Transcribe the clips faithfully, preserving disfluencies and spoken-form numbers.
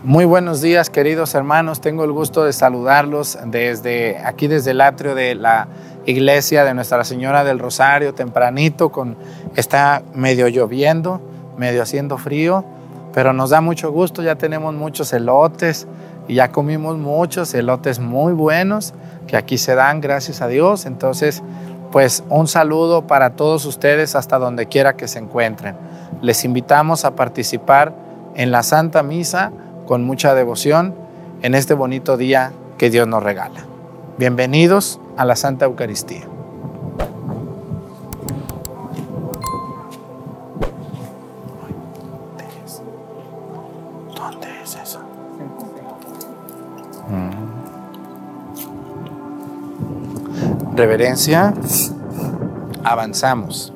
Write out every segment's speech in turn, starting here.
Muy buenos días, queridos hermanos. Tengo el gusto de saludarlos desde aquí, desde el atrio de la iglesia de Nuestra Señora del Rosario, tempranito, con, está medio lloviendo, medio haciendo frío, pero nos da mucho gusto. Ya tenemos muchos elotes y ya comimos muchos elotes muy buenos que aquí se dan, gracias a Dios. Entonces, pues un saludo para todos ustedes hasta donde quiera que se encuentren. Les invitamos a participar en la Santa Misa con mucha devoción en este bonito día que Dios nos regala. Bienvenidos a la Santa Eucaristía. ¿Dónde es eso? Mm. Reverencia. Avanzamos.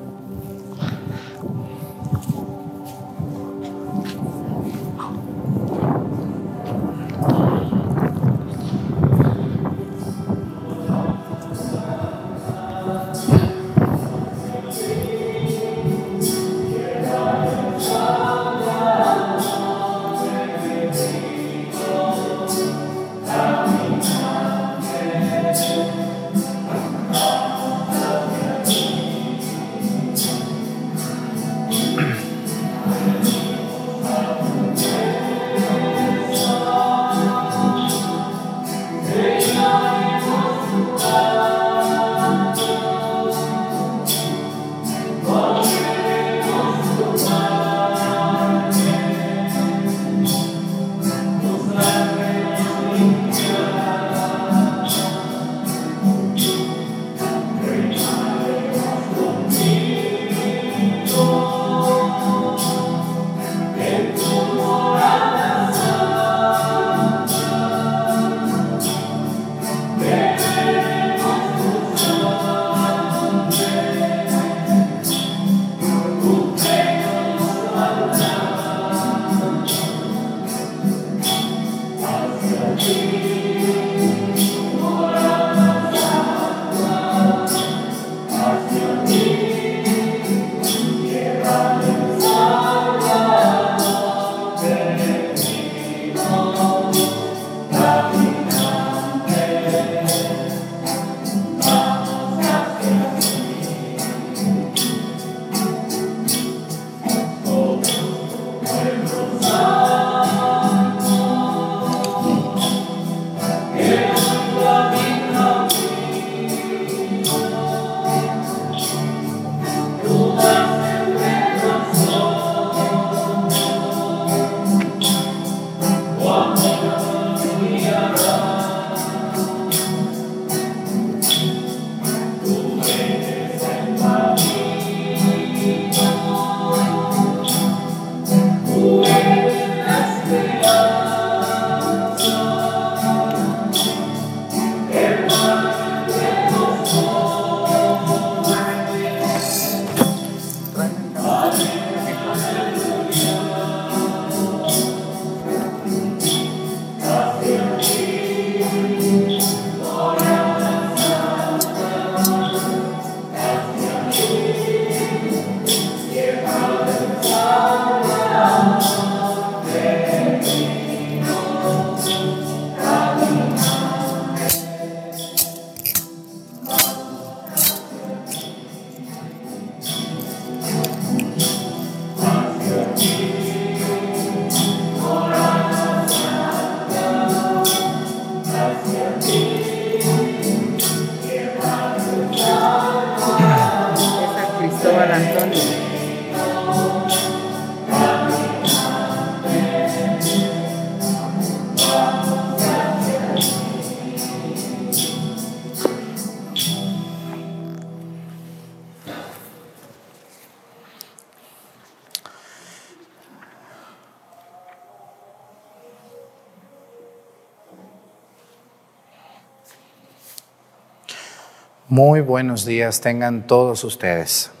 Muy buenos días tengan todos ustedes.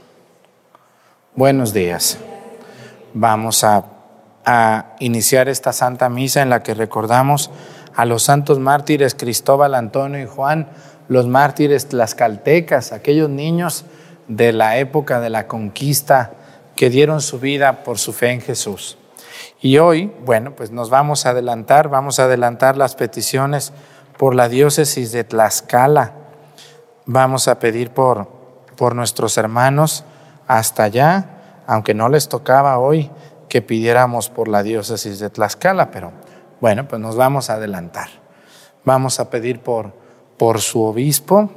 Buenos días. Vamos a, a iniciar esta Santa Misa en la que recordamos a los santos mártires Cristóbal, Antonio y Juan, los mártires tlaxcaltecas, aquellos niños de la época de la conquista que dieron su vida por su fe en Jesús. Y hoy, bueno, pues nos vamos a adelantar, vamos a adelantar las peticiones por la diócesis de Tlaxcala. Vamos a pedir por, por nuestros hermanos hasta allá, aunque no les tocaba hoy que pidiéramos por la diócesis de Tlaxcala, pero bueno, pues nos vamos a adelantar. Vamos a pedir por, por su obispo.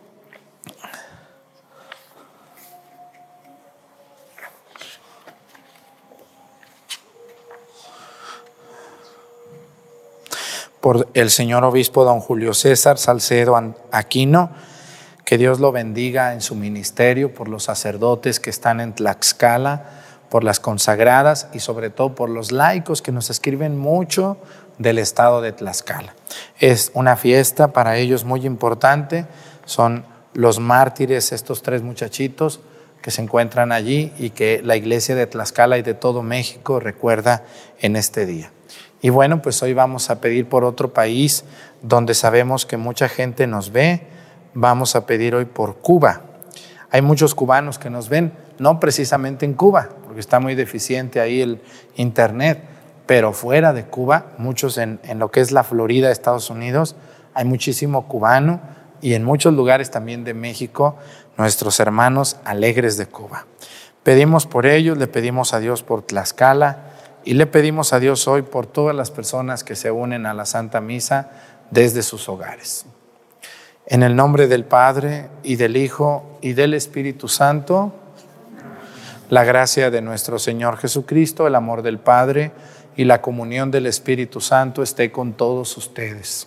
Por el señor obispo don Julio César Salcedo Aquino, que Dios lo bendiga en su ministerio, por los sacerdotes que están en Tlaxcala, por las consagradas y sobre todo por los laicos que nos escriben mucho del estado de Tlaxcala. Es una fiesta para ellos muy importante, son los mártires, estos tres muchachitos que se encuentran allí y que la iglesia de Tlaxcala y de todo México recuerda en este día. Y bueno, pues hoy vamos a pedir por otro país donde sabemos que mucha gente nos ve. Vamos a pedir hoy por Cuba. Hay muchos cubanos que nos ven, no precisamente en Cuba, porque está muy deficiente ahí el internet, pero fuera de Cuba, muchos en, en lo que es la Florida, Estados Unidos, hay muchísimo cubano, y en muchos lugares también de México, nuestros hermanos alegres de Cuba. Pedimos por ellos, le pedimos a Dios por Tlaxcala, y le pedimos a Dios hoy por todas las personas que se unen a la Santa Misa desde sus hogares. En el nombre del Padre, y del Hijo, y del Espíritu Santo, la gracia de nuestro Señor Jesucristo, el amor del Padre y la comunión del Espíritu Santo esté con todos ustedes.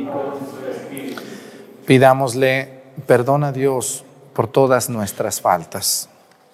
Pidámosle perdón a Dios por todas nuestras faltas.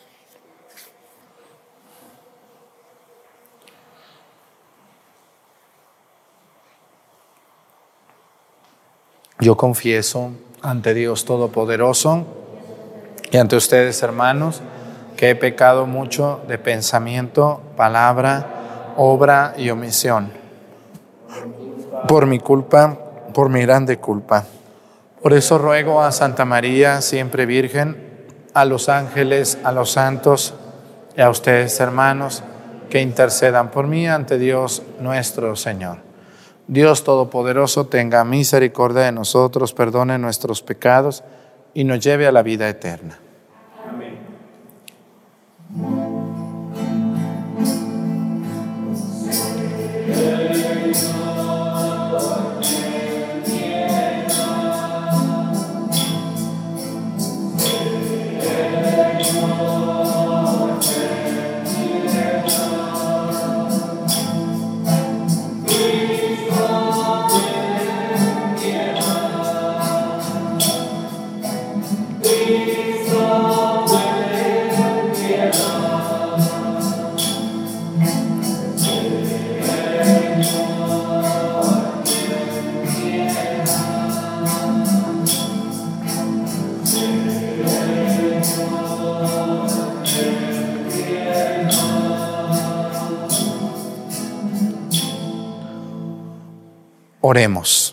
Yo confieso ante Dios Todopoderoso y ante ustedes, hermanos, que he pecado mucho de pensamiento, palabra, obra y omisión. Por mi culpa, por mi grande culpa. Por eso ruego a Santa María, siempre Virgen, a los ángeles, a los santos y a ustedes, hermanos, que intercedan por mí ante Dios nuestro Señor. Dios Todopoderoso tenga misericordia de nosotros, perdone nuestros pecados y nos lleve a la vida eterna. Amén. Oremos.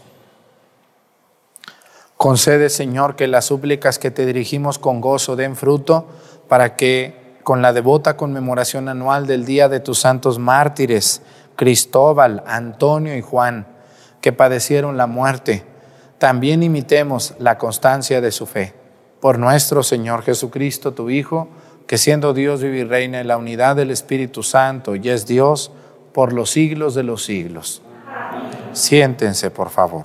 Concede, Señor, que las súplicas que te dirigimos con gozo den fruto, para que, con la devota conmemoración anual del Día de tus santos mártires, Cristóbal, Antonio y Juan, que padecieron la muerte, también imitemos la constancia de su fe. Por nuestro Señor Jesucristo, tu Hijo, que siendo Dios vive y reina en la unidad del Espíritu Santo y es Dios por los siglos de los siglos. Siéntense, por favor.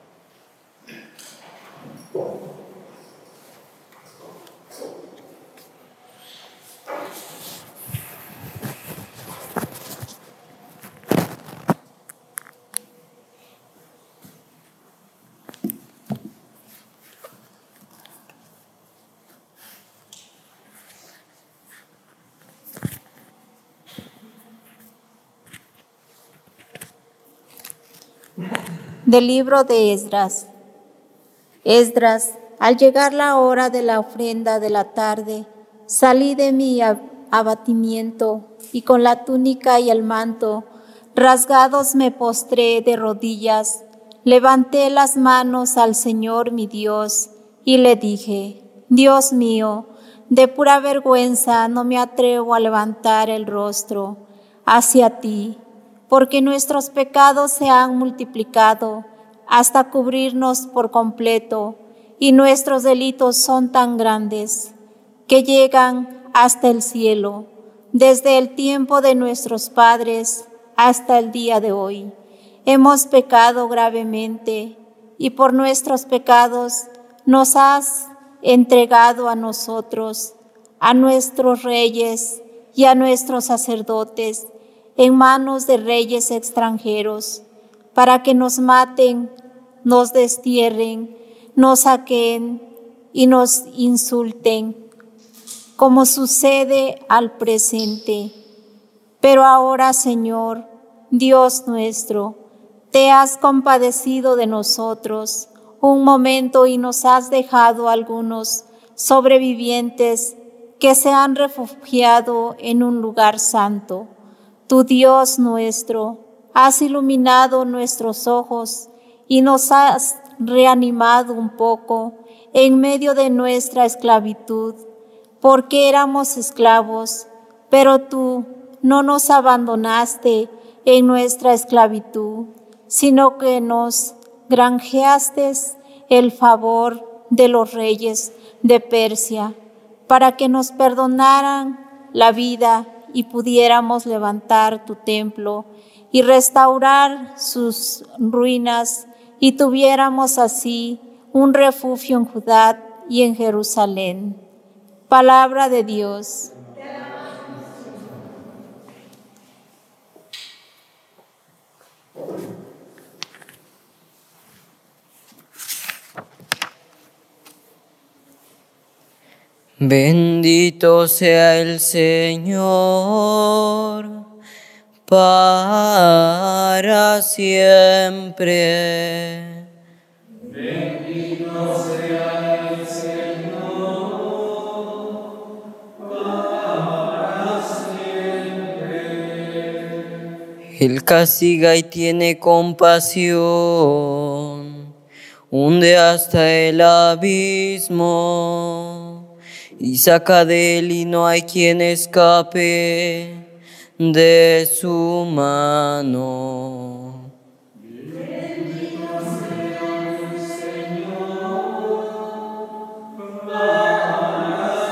Del libro de Esdras. Esdras, al llegar la hora de la ofrenda de la tarde, salí de mi abatimiento y con la túnica y el manto rasgados me postré de rodillas, levanté las manos al Señor mi Dios y le dije: Dios mío, de pura vergüenza no me atrevo a levantar el rostro. hacia ti, porque nuestros pecados se han multiplicado hasta cubrirnos por completo, y nuestros delitos son tan grandes que llegan hasta el cielo, desde el tiempo de nuestros padres hasta el día de hoy. Hemos pecado gravemente, y por nuestros pecados nos has entregado a nosotros, a nuestros reyes y a nuestros sacerdotes, en manos de reyes extranjeros, para que nos maten, nos destierren, nos saqueen y nos insulten, como sucede al presente. Pero ahora, Señor, Dios nuestro, te has compadecido de nosotros un momento y nos has dejado algunos sobrevivientes que se han refugiado en un lugar santo. Tu Dios nuestro, has iluminado nuestros ojos y nos has reanimado un poco en medio de nuestra esclavitud, porque éramos esclavos, pero tú no nos abandonaste en nuestra esclavitud, sino que nos granjeaste el favor de los reyes de Persia, para que nos perdonaran la vida y pudiéramos levantar tu templo y restaurar sus ruinas, y tuviéramos así un refugio en Judá y en Jerusalén. Palabra de Dios. Bendito sea el Señor para siempre. Bendito sea el Señor para siempre. Él castiga y tiene compasión, hunde hasta el abismo y saca de él, y no hay quien escape de su mano. Bendito sea el Señor para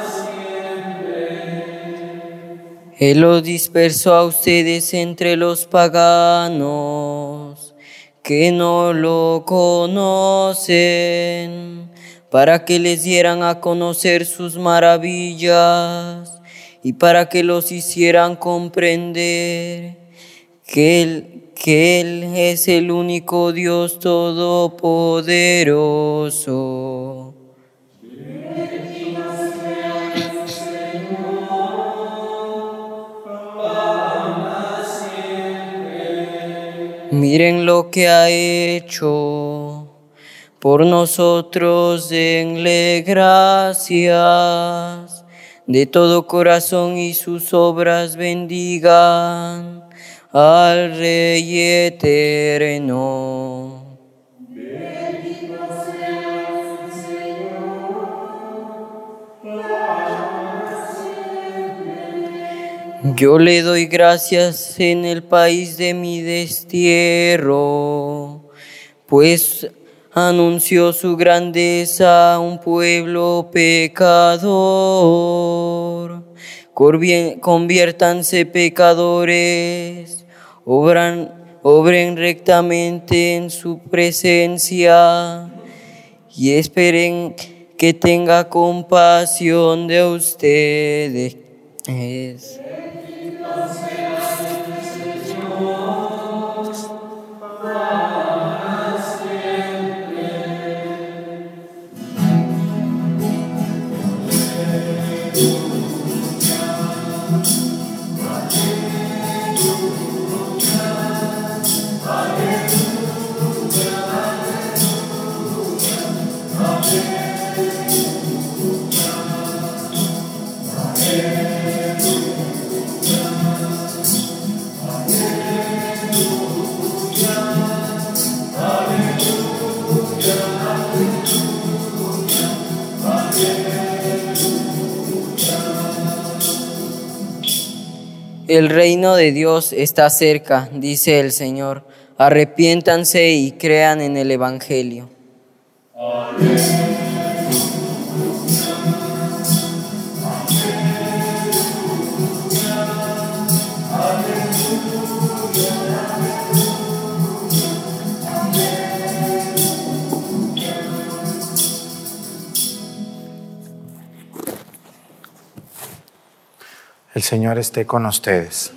siempre. Él los dispersó a ustedes entre los paganos que no lo conocen, para que les dieran a conocer sus maravillas y para que los hicieran comprender que Él, que Él es el único Dios todopoderoso. Bendito sea el Señor para siempre. Miren lo que ha hecho. Por nosotros denle gracias de todo corazón y sus obras bendigan al Rey eterno. Bendito sea el Señor para siempre. Yo le doy gracias en el país de mi destierro, pues anunció su grandeza a un pueblo pecador. Conviértanse pecadores, obran, obren rectamente en su presencia y esperen que tenga compasión de ustedes. el reino de Dios está cerca, dice el Señor. Arrepiéntanse y crean en el Evangelio. El Señor esté con ustedes.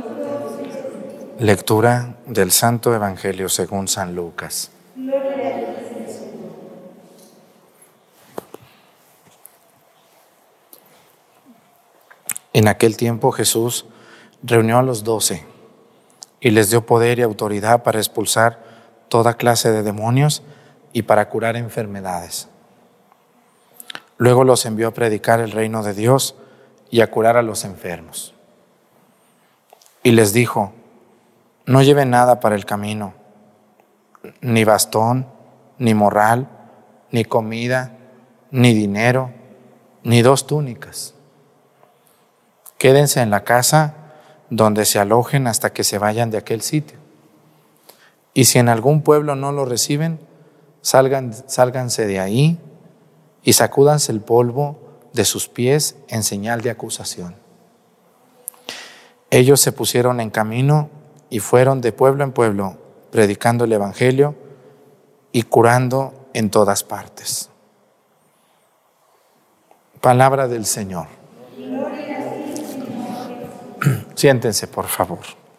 Lectura del Santo Evangelio según San Lucas. En aquel tiempo Jesús reunió a los doce y les dio poder y autoridad para expulsar toda clase de demonios y para curar enfermedades. Luego los envió a predicar el reino de Dios y a curar a los enfermos. Y les dijo: no lleven nada para el camino, ni bastón, ni morral, ni comida, ni dinero, ni dos túnicas. Quédense en la casa donde se alojen hasta que se vayan de aquel sitio. Y si en algún pueblo no lo reciben, salgan, sálganse de ahí y sacúdanse el polvo de sus pies en señal de acusación. Ellos se pusieron en camino y fueron de pueblo en pueblo, predicando el Evangelio y curando en todas partes. Palabra del Señor. Siéntense, por favor.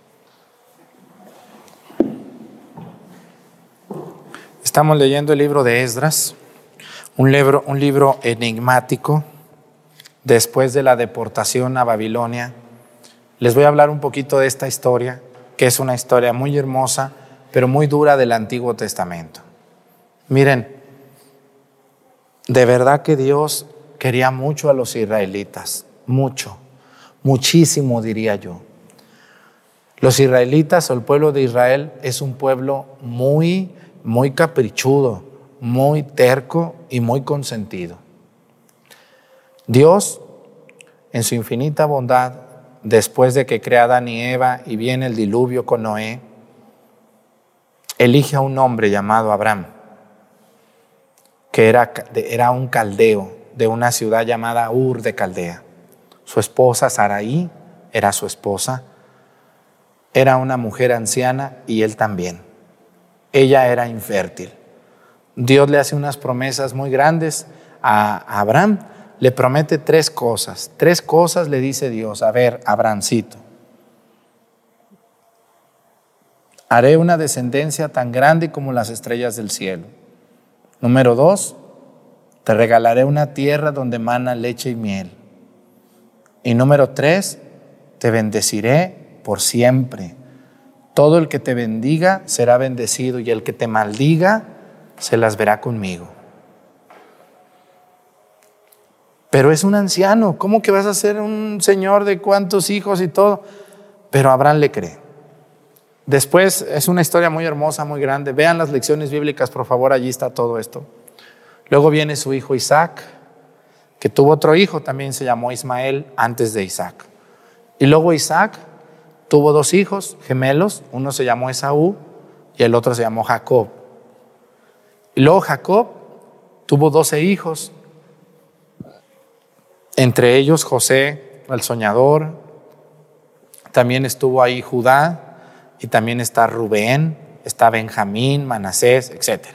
Estamos leyendo el libro de Esdras, un libro, un libro enigmático. Después de la deportación a Babilonia, les voy a hablar un poquito de esta historia, que es una historia muy hermosa, pero muy dura del Antiguo Testamento. Miren, de verdad que Dios quería mucho a los israelitas, mucho, muchísimo diría yo. Los israelitas o el pueblo de Israel es un pueblo muy, muy caprichudo, muy terco y muy consentido. Dios, en su infinita bondad, después de que crea a Adán y Eva y viene el diluvio con Noé, elige a un hombre llamado Abraham, que era, era un caldeo de una ciudad llamada Ur de Caldea. Su esposa Sarai era su esposa, era una mujer anciana y él también. Ella era infértil. Dios le hace unas promesas muy grandes a Abraham. Le promete tres cosas. Tres cosas le dice Dios. A ver, Abrahamcito, haré una descendencia tan grande como las estrellas del cielo. Número dos, te regalaré una tierra donde mana leche y miel. Y número tres, te bendeciré por siempre. Todo el que te bendiga será bendecido y el que te maldiga se las verá conmigo. Pero es un anciano, ¿cómo que vas a ser un señor de cuántos hijos y todo? Pero Abraham le cree. Después es una historia muy hermosa, muy grande. Vean las lecciones bíblicas, por favor, allí está todo esto. Luego viene su hijo Isaac, que tuvo otro hijo, también se llamó Ismael antes de Isaac. Y luego Isaac tuvo dos hijos gemelos, uno se llamó Esaú y el otro se llamó Jacob. Y luego Jacob tuvo doce hijos, entre ellos José, el soñador. También estuvo ahí Judá, y también está Rubén, está Benjamín, Manasés, etcétera.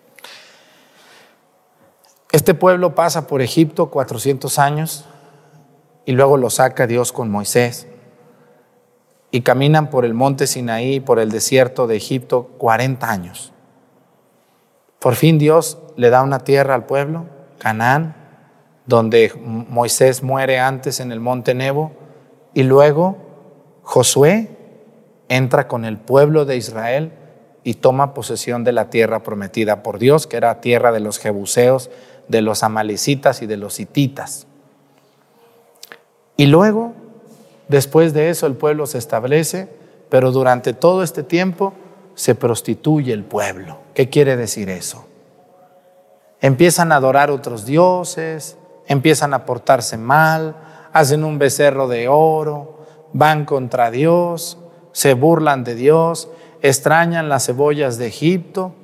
Este pueblo pasa por Egipto cuatrocientos años y luego lo saca Dios con Moisés. Y caminan por el monte Sinaí, por el desierto de Egipto, cuarenta años. Por fin Dios le da una tierra al pueblo, Canaán, donde Moisés muere antes en el monte Nebo, y luego Josué entra con el pueblo de Israel y toma posesión de la tierra prometida por Dios, que era tierra de los jebuseos, de los amalecitas y de los hititas. Y luego, después de eso, el pueblo se establece, pero durante todo este tiempo se prostituye el pueblo. ¿Qué quiere decir eso? Empiezan a adorar otros dioses, empiezan a portarse mal, hacen un becerro de oro, van contra Dios, se burlan de Dios, extrañan las cebollas de Egipto.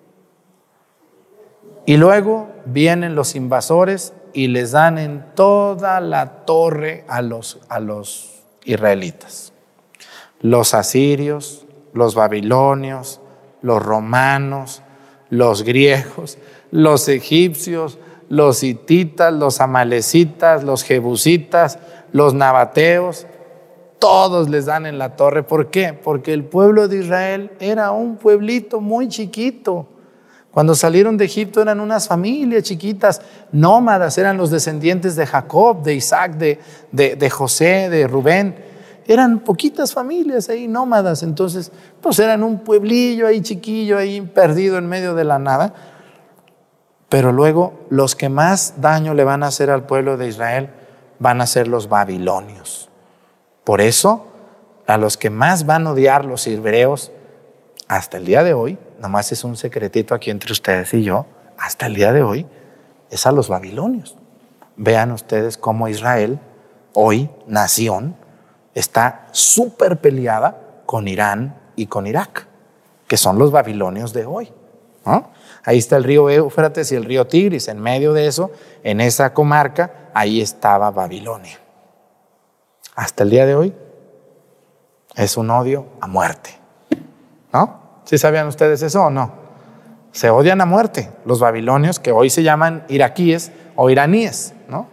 Y luego vienen los invasores y les dan en toda la torre a los, a los israelitas. Los asirios, los babilonios, los romanos, los griegos, los egipcios, los hititas, los amalecitas, los jebusitas, los nabateos, todos les dan en la torre. ¿Por qué? Porque el pueblo de Israel era un pueblito muy chiquito. Cuando salieron de Egipto eran unas familias chiquitas, nómadas, eran los descendientes de Jacob, de Isaac, de, de, de José, de Rubén. Eran poquitas familias ahí, nómadas. Entonces, pues eran un pueblillo ahí chiquillo, ahí perdido en medio de la nada. Pero luego los que más daño le van a hacer al pueblo de Israel van a ser los babilonios. Por eso, a los que más van a odiar los hebreos hasta el día de hoy, nomás es un secretito aquí entre ustedes y yo, hasta el día de hoy, es a los babilonios. Vean ustedes cómo Israel, hoy, nación, está súper peleada con Irán y con Irak, que son los babilonios de hoy, ¿no? Ahí está el río Éufrates y el río Tigris. En medio de eso, en esa comarca, ahí estaba Babilonia. Hasta el día de hoy es un odio a muerte, ¿no? ¿Sí sabían ustedes eso o no? Se odian a muerte los babilonios, que hoy se llaman iraquíes o iraníes, ¿no?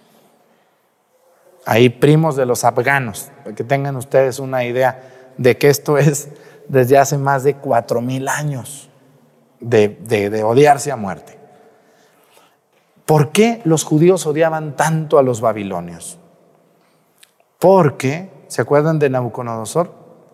Ahí primos de los afganos, para que tengan ustedes una idea de que esto es desde hace más de cuatro mil años de, de, de odiarse a muerte. ¿Por qué los judíos odiaban tanto a los babilonios? Porque, ¿se acuerdan de Nabucodonosor?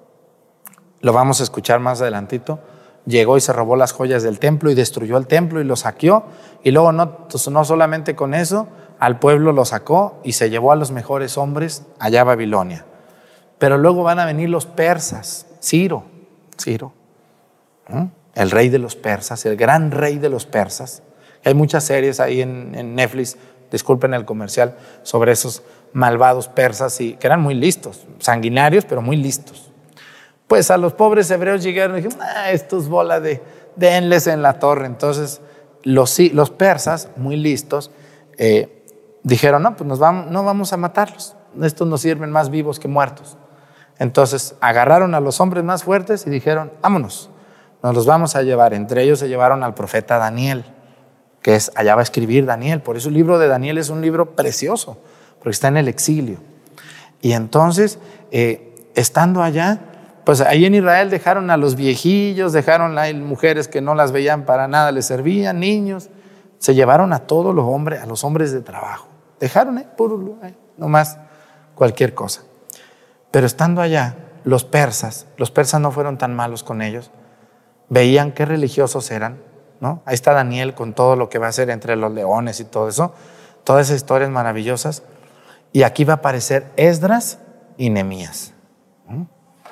Lo vamos a escuchar más adelantito. Llegó y se robó las joyas del templo y destruyó el templo y lo saqueó. Y luego no, no solamente con eso, al pueblo lo sacó y se llevó a los mejores hombres allá a Babilonia. Pero luego van a venir los persas, Ciro, Ciro, ¿eh? El rey de los persas, el gran rey de los persas. Hay muchas series ahí en, en Netflix, disculpen el comercial, sobre esos malvados persas y, que eran muy listos, sanguinarios, pero muy listos. Pues a los pobres hebreos llegaron y dijeron, ah, estos bola de, denles en la torre. Entonces los, los persas, muy listos, eh, dijeron, no, pues nos vamos, no vamos a matarlos. Estos nos sirven más vivos que muertos. Entonces agarraron a los hombres más fuertes y dijeron, vámonos, nos los vamos a llevar. Entre ellos se llevaron al profeta Daniel, que es, allá va a escribir Daniel. Por eso el libro de Daniel es un libro precioso, porque está en el exilio. Y entonces, eh, estando allá, pues ahí en Israel dejaron a los viejillos, dejaron a mujeres que no las veían para nada, les servían, niños. Se llevaron a todos los hombres, a los hombres de trabajo. Dejaron, eh, puro, eh, nomás cualquier cosa. Pero estando allá, los persas, los persas no fueron tan malos con ellos. Veían qué religiosos eran, ¿no? Ahí está Daniel con todo lo que va a hacer entre los leones y todo eso, todas esas historias maravillosas. Y aquí va a aparecer Esdras y Nehemías. ¿Mm?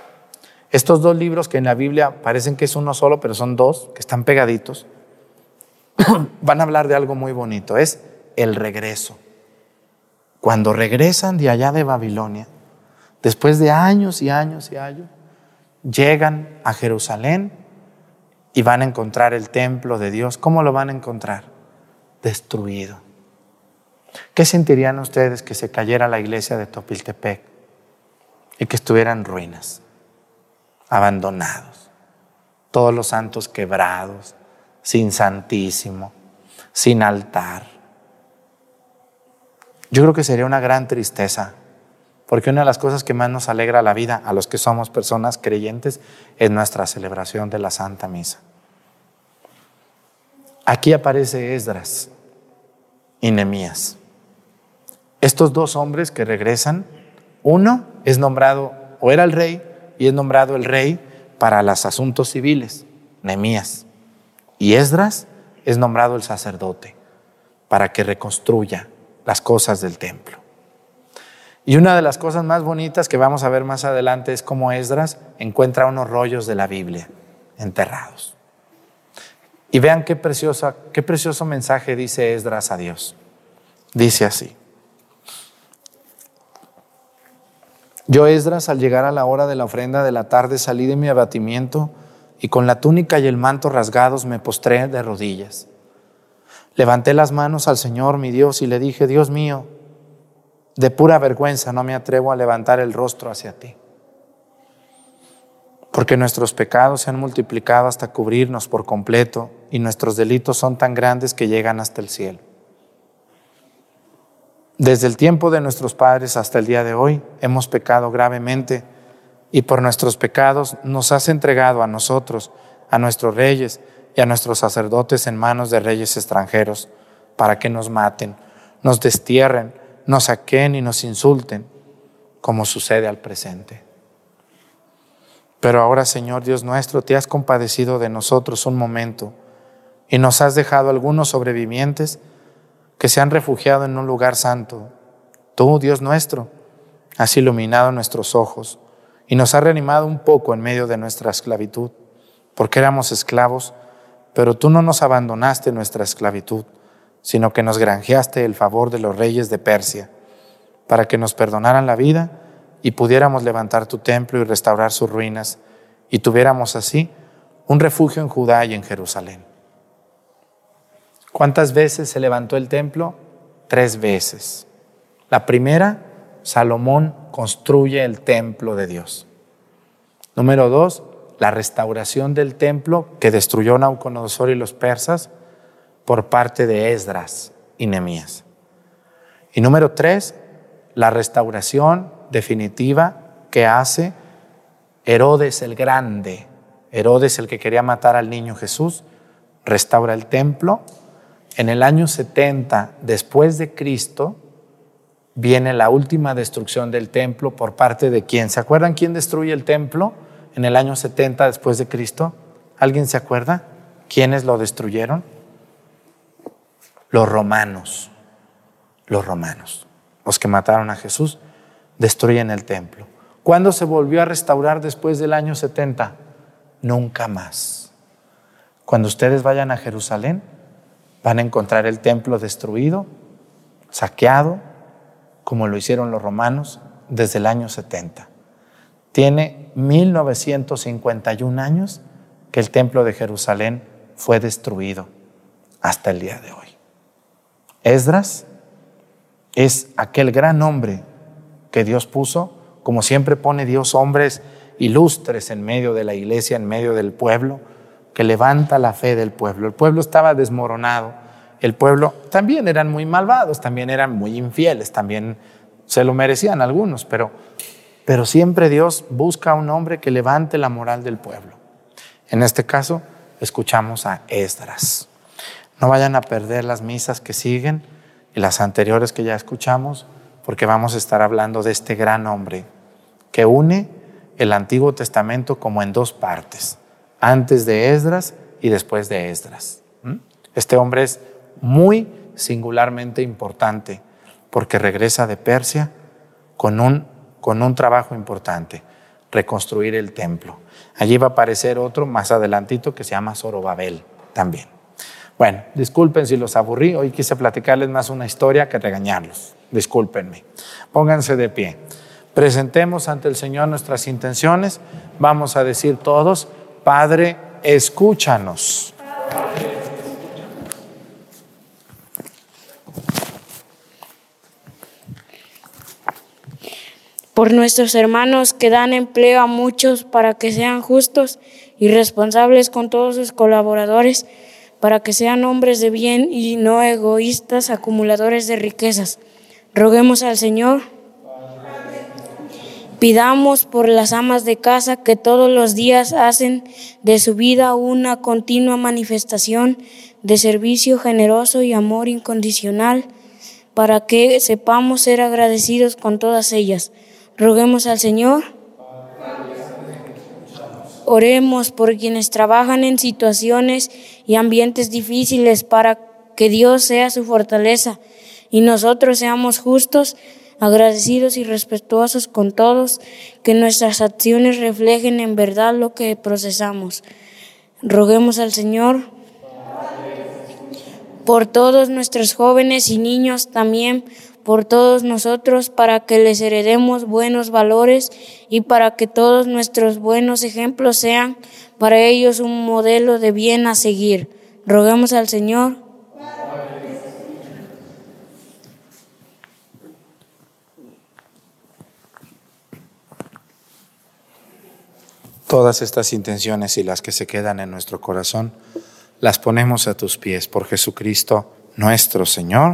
Estos dos libros que en la Biblia parecen que es uno solo, pero son dos, que están pegaditos, van a hablar de algo muy bonito, es el regreso. Cuando regresan de allá de Babilonia, después de años y años y años, llegan a Jerusalén y van a encontrar el templo de Dios. ¿Cómo lo van a encontrar? Destruido. ¿Qué sentirían ustedes que se cayera la iglesia de Topiltepec y que estuviera en ruinas, abandonados, todos los santos quebrados, sin santísimo, sin altar? Yo creo que sería una gran tristeza, porque una de las cosas que más nos alegra la vida a los que somos personas creyentes es nuestra celebración de la Santa Misa. Aquí aparece Esdras y Nehemías. Estos dos hombres que regresan, uno es nombrado, o era el rey, y es nombrado el rey para los asuntos civiles, Nehemías. Y Esdras es nombrado el sacerdote para que reconstruya las cosas del templo. Y una de las cosas más bonitas que vamos a ver más adelante es cómo Esdras encuentra unos rollos de la Biblia enterrados. Y vean qué preciosa, qué precioso mensaje dice Esdras a Dios. Dice así: Yo, Esdras, al llegar a la hora de la ofrenda de la tarde, salí de mi abatimiento y con la túnica y el manto rasgados me postré de rodillas. Levanté las manos al Señor mi Dios y le dije: Dios mío, de pura vergüenza no me atrevo a levantar el rostro hacia ti, porque nuestros pecados se han multiplicado hasta cubrirnos por completo y nuestros delitos son tan grandes que llegan hasta el cielo. Desde el tiempo de nuestros padres hasta el día de hoy hemos pecado gravemente y por nuestros pecados nos has entregado a nosotros, a nuestros reyes y a nuestros sacerdotes en manos de reyes extranjeros para que nos maten, nos destierren, nos saquen y nos insulten, como sucede al presente. Pero ahora, Señor Dios nuestro, te has compadecido de nosotros un momento y nos has dejado algunos sobrevivientes que se han refugiado en un lugar santo. Tú, Dios nuestro, has iluminado nuestros ojos y nos has reanimado un poco en medio de nuestra esclavitud, porque éramos esclavos, pero tú no nos abandonaste en nuestra esclavitud, sino que nos granjeaste el favor de los reyes de Persia, para que nos perdonaran la vida y pudiéramos levantar tu templo y restaurar sus ruinas, y tuviéramos así un refugio en Judá y en Jerusalén. ¿Cuántas veces se levantó el templo? Tres veces. La primera, Salomón construye el templo de Dios. Número dos, la restauración del templo que destruyó Nabucodonosor y los persas por parte de Esdras y Nehemías. Y número tres, la restauración definitiva que hace Herodes el Grande. Herodes, el que quería matar al niño Jesús, restaura el templo. En el año setenta después de Cristo viene la última destrucción del templo por parte de ¿quién? ¿Se acuerdan quién destruye el templo en el año setenta después de Cristo? ¿Alguien se acuerda? ¿Quiénes lo destruyeron? Los romanos. Los romanos, los que mataron a Jesús, destruyen el templo. ¿Cuándo se volvió a restaurar después del año setenta? Nunca más. Cuando ustedes vayan a Jerusalén, van a encontrar el templo destruido, saqueado, como lo hicieron los romanos desde el año setenta. Tiene mil novecientos cincuenta y un años que el templo de Jerusalén fue destruido hasta el día de hoy. Esdras es aquel gran hombre que Dios puso, como siempre pone Dios hombres ilustres en medio de la iglesia, en medio del pueblo, que levanta la fe del pueblo. El pueblo estaba desmoronado, el pueblo también eran muy malvados, también eran muy infieles, también se lo merecían algunos, pero, pero siempre Dios busca a un hombre que levante la moral del pueblo. En este caso, escuchamos a Esdras. No vayan a perder las misas que siguen y las anteriores que ya escuchamos, porque vamos a estar hablando de este gran hombre que une el Antiguo Testamento como en dos partes, antes de Esdras y después de Esdras. Este hombre es muy singularmente importante porque regresa de Persia con un, con un trabajo importante, reconstruir el templo. Allí va a aparecer otro más adelantito que se llama Zorobabel también. Bueno, disculpen si los aburrí, hoy quise platicarles más una historia que regañarlos, discúlpenme. Pónganse de pie, presentemos ante el Señor nuestras intenciones, vamos a decir todos: Padre, escúchanos. Por nuestros hermanos que dan empleo a muchos para que sean justos y responsables con todos sus colaboradores, para que sean hombres de bien y no egoístas, acumuladores de riquezas. Roguemos al Señor. Pidamos por las amas de casa que todos los días hacen de su vida una continua manifestación de servicio generoso y amor incondicional, para que sepamos ser agradecidos con todas ellas. Roguemos al Señor. Oremos por quienes trabajan en situaciones y ambientes difíciles, para que Dios sea su fortaleza y nosotros seamos justos, agradecidos y respetuosos con todos, que nuestras acciones reflejen en verdad lo que procesamos. Roguemos al Señor. Por todos nuestros jóvenes y niños, también por todos nosotros, para que les heredemos buenos valores y para que todos nuestros buenos ejemplos sean para ellos un modelo de bien a seguir. Roguemos al Señor. Todas estas intenciones y las que se quedan en nuestro corazón, las ponemos a tus pies por Jesucristo nuestro Señor.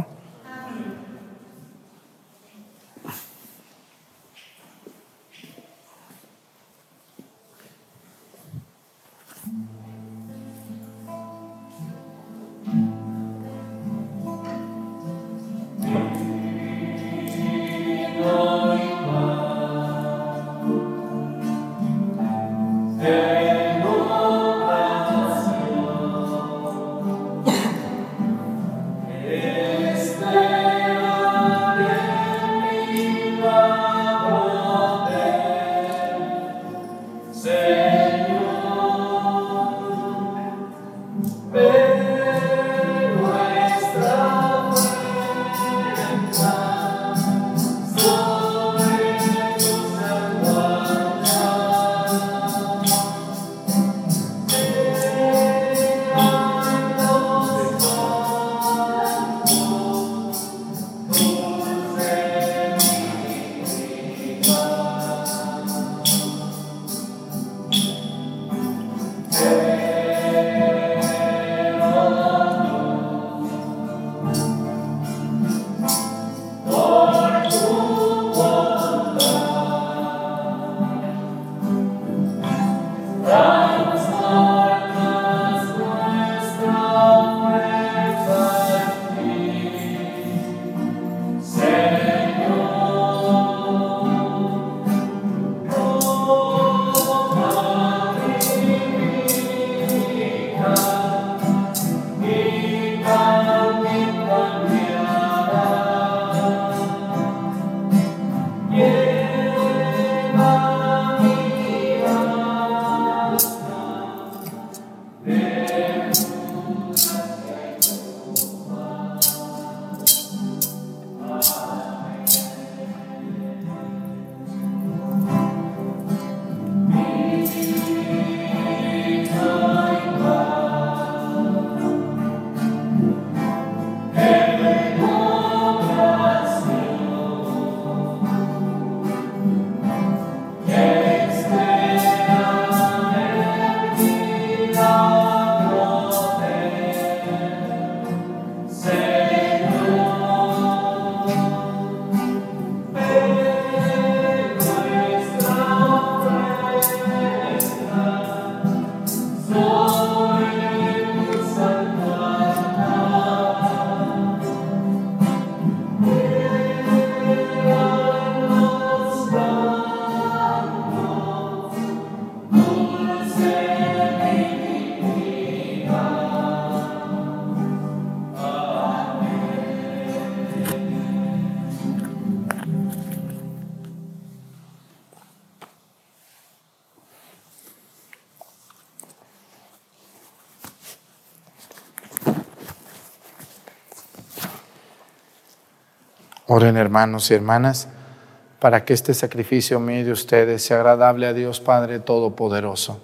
Oren, hermanos y hermanas, para que este sacrificio mío de ustedes sea agradable a Dios Padre Todopoderoso.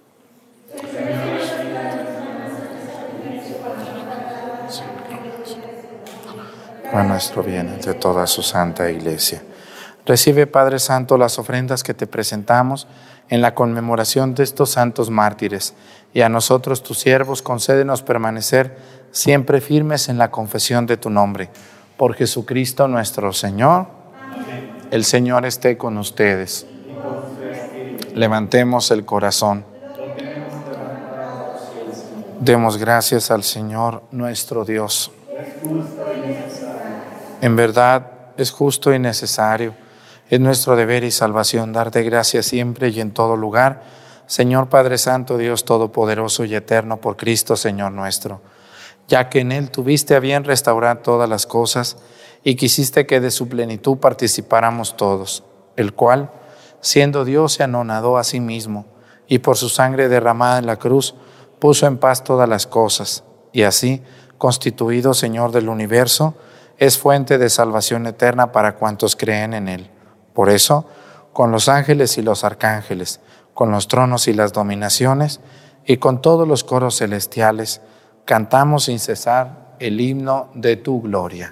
Para nuestro bien ante toda su santa iglesia. Recibe, Padre Santo, las ofrendas que te presentamos en la conmemoración de estos santos mártires, y a nosotros, tus siervos, concédenos permanecer siempre firmes en la confesión de tu nombre. Por Jesucristo nuestro Señor. Amén. El Señor esté con ustedes. Levantemos el corazón. Demos gracias al Señor nuestro Dios. En verdad es justo y necesario. Es nuestro deber y salvación darte gracias siempre y en todo lugar, Señor Padre Santo, Dios Todopoderoso y Eterno, por Cristo Señor nuestro, ya que en Él tuviste a bien restaurar todas las cosas y quisiste que de su plenitud participáramos todos, el cual, siendo Dios, se anonadó a sí mismo y por su sangre derramada en la cruz puso en paz todas las cosas, y así, constituido Señor del universo, es fuente de salvación eterna para cuantos creen en Él. Por eso, con los ángeles y los arcángeles, con los tronos y las dominaciones, y con todos los coros celestiales, cantamos sin cesar el himno de tu gloria.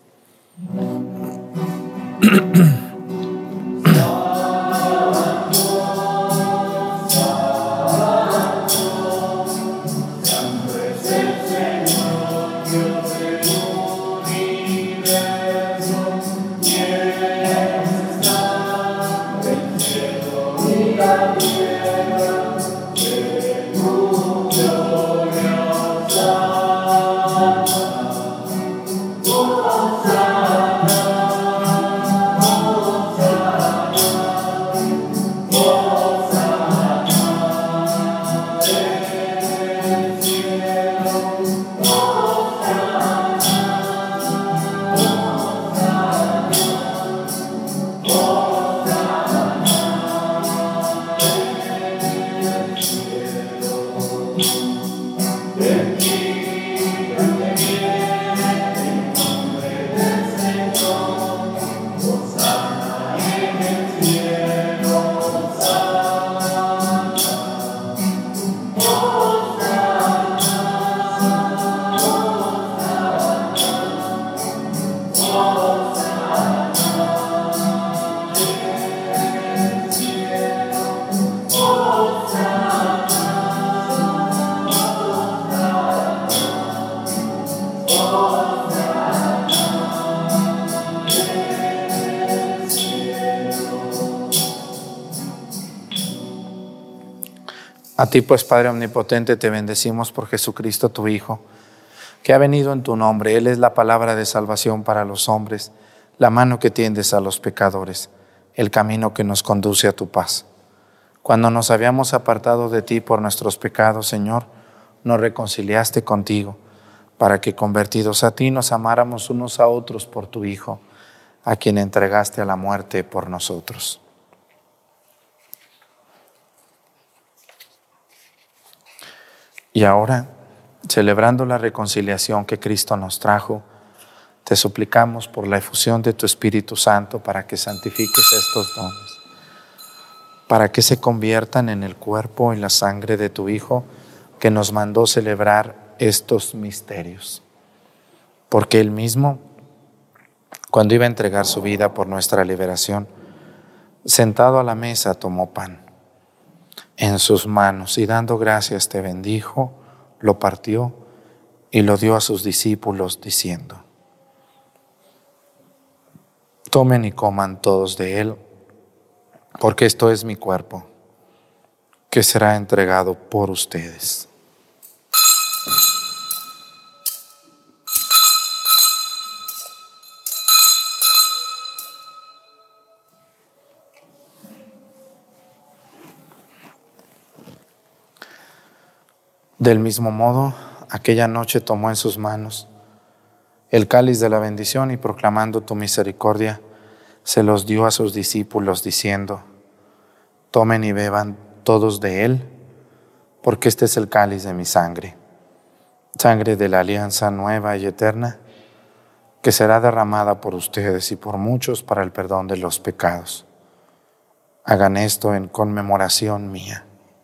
A ti, pues, Padre omnipotente, te bendecimos por Jesucristo, tu Hijo, que ha venido en tu nombre. Él es la palabra de salvación para los hombres, la mano que tiendes a los pecadores, el camino que nos conduce a tu paz. Cuando nos habíamos apartado de ti por nuestros pecados, Señor, nos reconciliaste contigo, para que, convertidos a ti, nos amáramos unos a otros por tu Hijo, a quien entregaste a la muerte por nosotros. Y ahora, celebrando la reconciliación que Cristo nos trajo, te suplicamos por la efusión de tu Espíritu Santo para que santifiques estos dones, para que se conviertan en el cuerpo y la sangre de tu Hijo, que nos mandó celebrar estos misterios. Porque Él mismo, cuando iba a entregar su vida por nuestra liberación, sentado a la mesa tomó pan en sus manos y dando gracias te bendijo, lo partió y lo dio a sus discípulos diciendo: tomen y coman todos de él, porque esto es mi cuerpo, que será entregado por ustedes. Del mismo modo, aquella noche tomó en sus manos el cáliz de la bendición y, proclamando tu misericordia, se los dio a sus discípulos diciendo: tomen y beban todos de él, porque este es el cáliz de mi sangre, sangre de la alianza nueva y eterna, que será derramada por ustedes y por muchos para el perdón de los pecados. Hagan esto en conmemoración mía.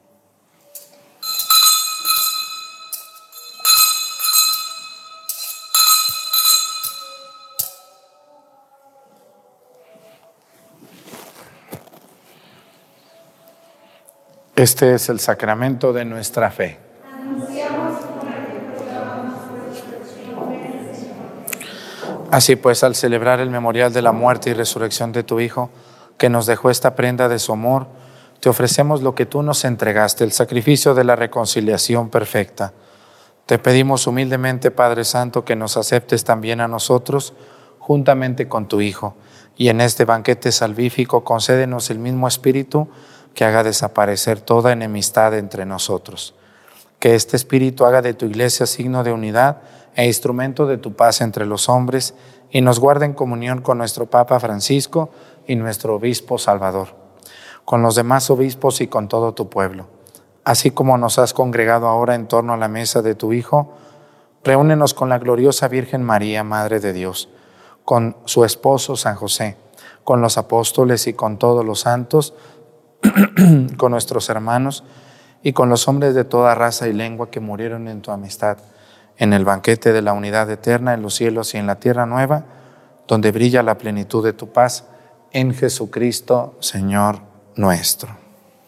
Este es el sacramento de nuestra fe. Así pues, al celebrar el memorial de la muerte y resurrección de tu Hijo, que nos dejó esta prenda de su amor, te ofrecemos lo que tú nos entregaste, el sacrificio de la reconciliación perfecta. Te pedimos humildemente, Padre Santo, que nos aceptes también a nosotros, juntamente con tu Hijo, y en este banquete salvífico concédenos el mismo Espíritu que haga desaparecer toda enemistad entre nosotros. Que este Espíritu haga de tu Iglesia signo de unidad e instrumento de tu paz entre los hombres, y nos guarde en comunión con nuestro Papa Francisco y nuestro Obispo Salvador, con los demás obispos y con todo tu pueblo. Así como nos has congregado ahora en torno a la mesa de tu Hijo, reúnenos con la gloriosa Virgen María, Madre de Dios, con su esposo San José, con los apóstoles y con todos los santos, con nuestros hermanos y con los hombres de toda raza y lengua que murieron en tu amistad, en el banquete de la unidad eterna en los cielos y en la tierra nueva, donde brilla la plenitud de tu paz, en Jesucristo, Señor nuestro.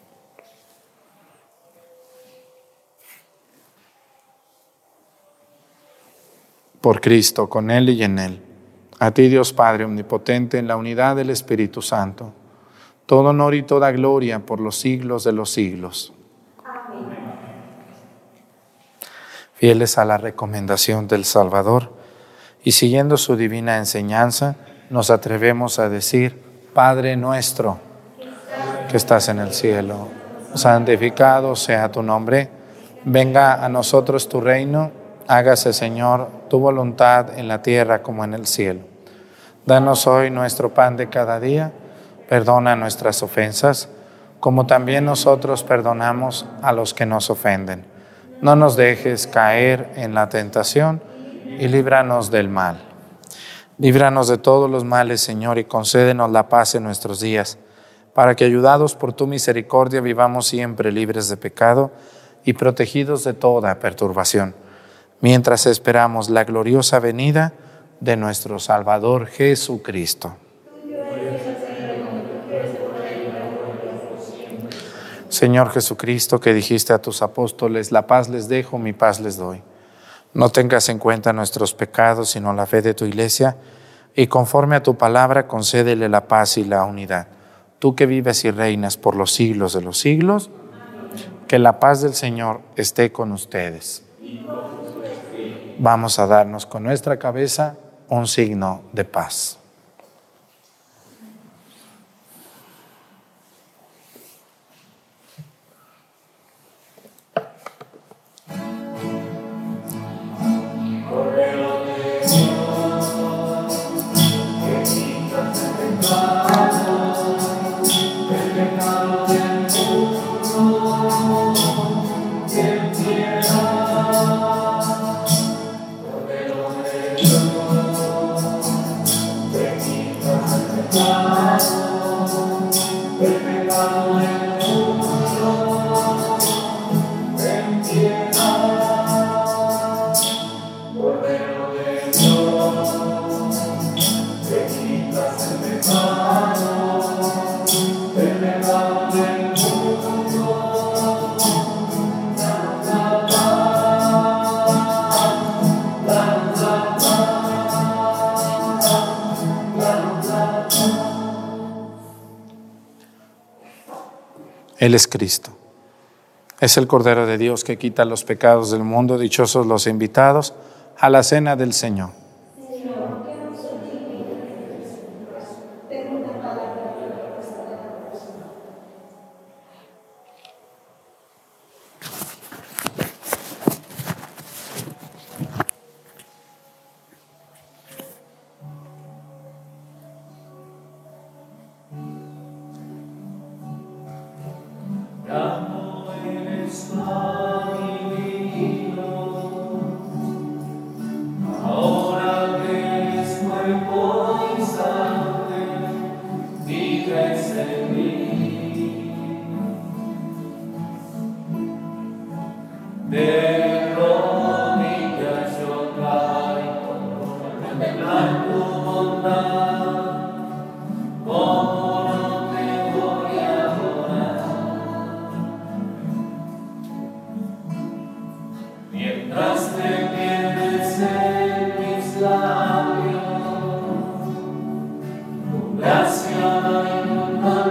Por Cristo, con Él y en Él, a ti Dios Padre Omnipotente, en la unidad del Espíritu Santo, todo honor y toda gloria por los siglos de los siglos. Amén. Fieles a la recomendación del Salvador y siguiendo su divina enseñanza, nos atrevemos a decir: Padre nuestro, que estás en el cielo, santificado sea tu nombre, venga a nosotros tu reino, hágase, Señor, tu voluntad en la tierra como en el cielo. Danos hoy nuestro pan de cada día, perdona nuestras ofensas, como también nosotros perdonamos a los que nos ofenden. No nos dejes caer en la tentación y líbranos del mal. Líbranos de todos los males, Señor, y concédenos la paz en nuestros días, para que, ayudados por tu misericordia, vivamos siempre libres de pecado y protegidos de toda perturbación, mientras esperamos la gloriosa venida de nuestro Salvador Jesucristo. Señor Jesucristo, que dijiste a tus apóstoles: la paz les dejo, mi paz les doy. No tengas en cuenta nuestros pecados, sino la fe de tu Iglesia, y conforme a tu palabra concédele la paz y la unidad. Tú que vives y reinas por los siglos de los siglos, que la paz del Señor esté con ustedes. Vamos a darnos con nuestra cabeza un signo de paz. Él es Cristo. Es el Cordero de Dios que quita los pecados del mundo. Dichosos los invitados a la cena del Señor.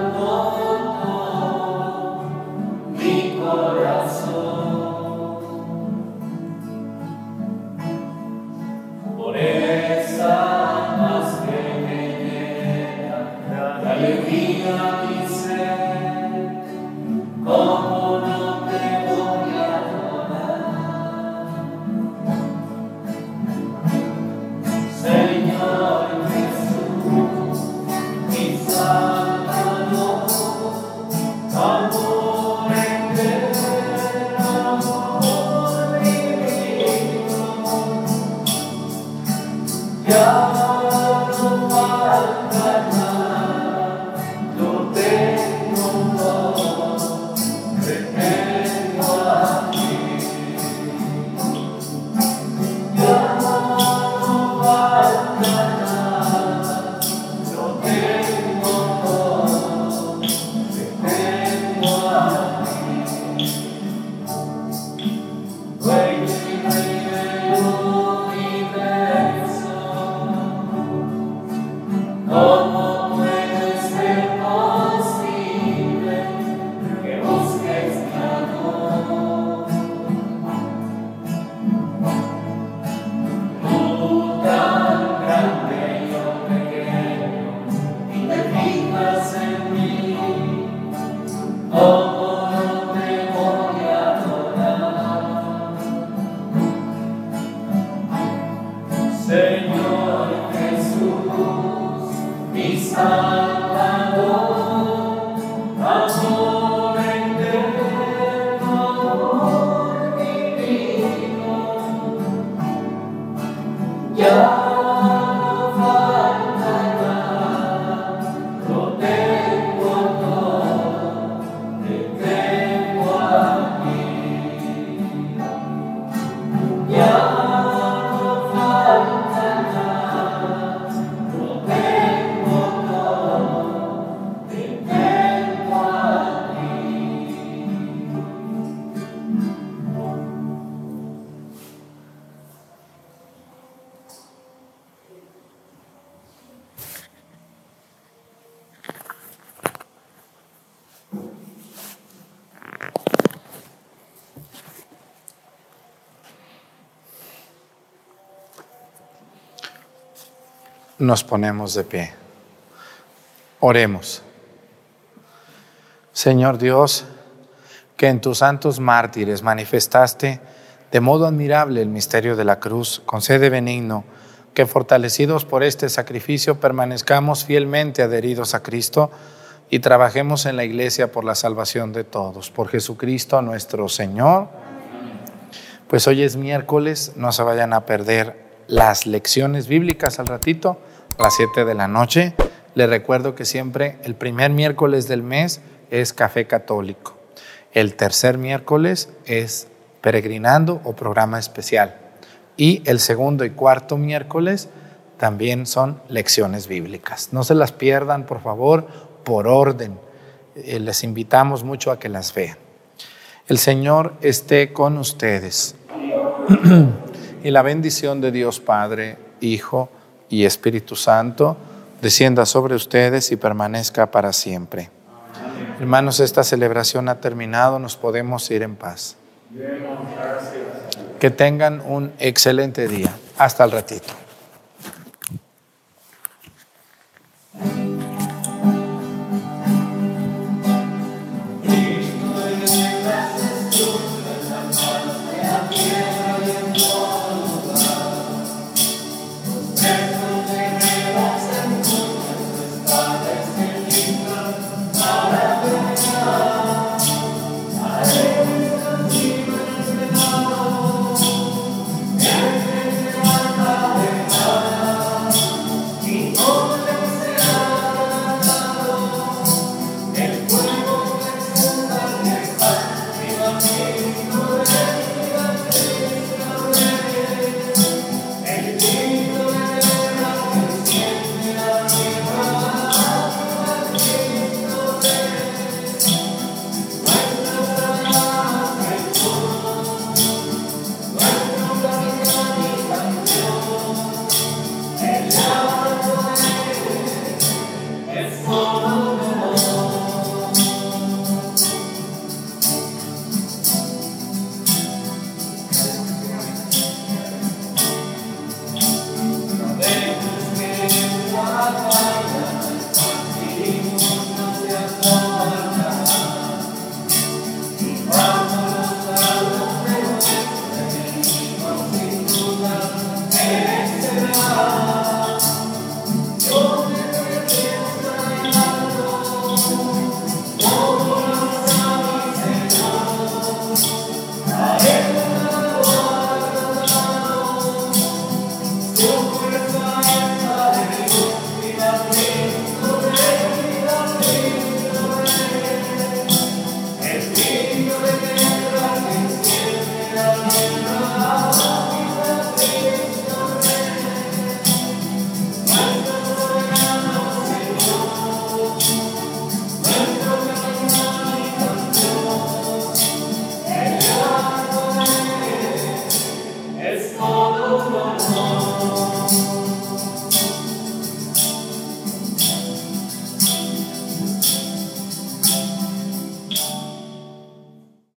Corazón Nos ponemos de pie. Oremos. Señor Dios, que en tus santos mártires manifestaste de modo admirable el misterio de la cruz, concede benigno que fortalecidos por este sacrificio permanezcamos fielmente adheridos a Cristo y trabajemos en la Iglesia por la salvación de todos. Por Jesucristo nuestro Señor. Pues hoy es miércoles, no se vayan a perder las lecciones bíblicas al ratito, a las siete de la noche. Les recuerdo que siempre el primer miércoles del mes es Café Católico. El tercer miércoles es Peregrinando o Programa Especial. Y el segundo y cuarto miércoles también son lecciones bíblicas. No se las pierdan, por favor, por orden. Eh, les invitamos mucho a que las vean. El Señor esté con ustedes. Y la bendición de Dios Padre, Hijo y Espíritu Santo descienda sobre ustedes y permanezca para siempre. Amén. Hermanos, esta celebración ha terminado, nos podemos ir en paz. Que tengan un excelente día. Hasta el ratito. Amén.